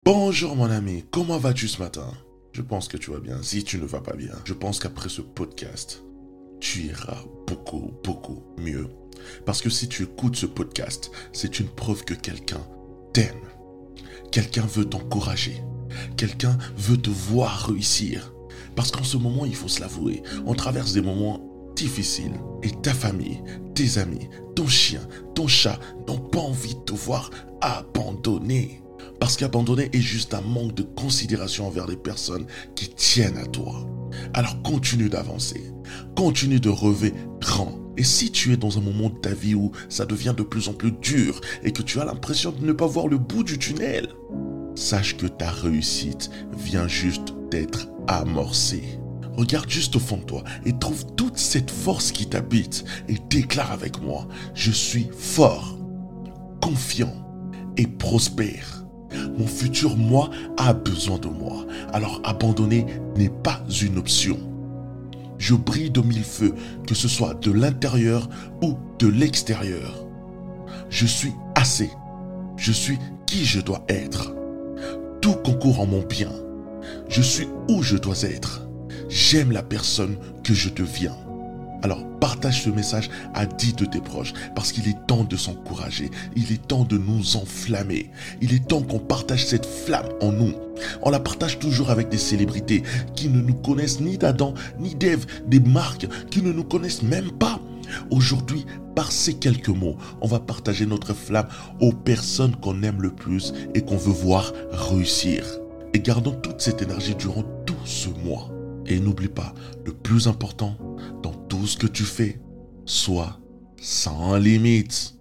Bonjour mon ami, comment vas-tu ce matin? Je pense que tu vas bien. Si tu ne vas pas bien, je pense qu'après ce podcast, tu iras beaucoup mieux. Parce que si tu écoutes ce podcast, c'est une preuve que quelqu'un t'aime. Quelqu'un veut t'encourager. Quelqu'un veut te voir réussir. Parce qu'en ce moment, il faut se l'avouer, on traverse des moments difficiles. Et ta famille, tes amis, ton chien, ton chat n'ont pas envie de te voir abandonné. Parce qu'abandonner est juste un manque de considération envers les personnes qui tiennent à toi. Alors continue d'avancer. Continue de rêver grand. Et si tu es dans un moment de ta vie où ça devient de plus en plus dur et que tu as l'impression de ne pas voir le bout du tunnel, sache que ta réussite vient juste d'être amorcée. Regarde juste au fond de toi et trouve toute cette force qui t'habite et déclare avec moi: je suis fort, confiant et prospère. Mon futur moi a besoin de moi. Alors abandonner n'est pas une option. Je brille de mille feux, que ce soit de l'intérieur ou de l'extérieur. Je suis assez. Je suis qui je dois être. Tout concourt en mon bien. Je suis où je dois être. J'aime la personne que je deviens. Alors partage ce message à 10 de tes proches parce qu'il est temps de s'encourager, il est temps de nous enflammer, il est temps qu'on partage cette flamme en nous. On la partage toujours avec des célébrités qui ne nous connaissent ni d'Adam ni d'Ève, des marques qui ne nous connaissent même pas. Aujourd'hui, par ces quelques mots, on va partager notre flamme aux personnes qu'on aime le plus et qu'on veut voir réussir. Et gardons toute cette énergie durant tout ce mois. Et n'oublie pas, le plus important, dans tout ce que tu fais, sois sans limite.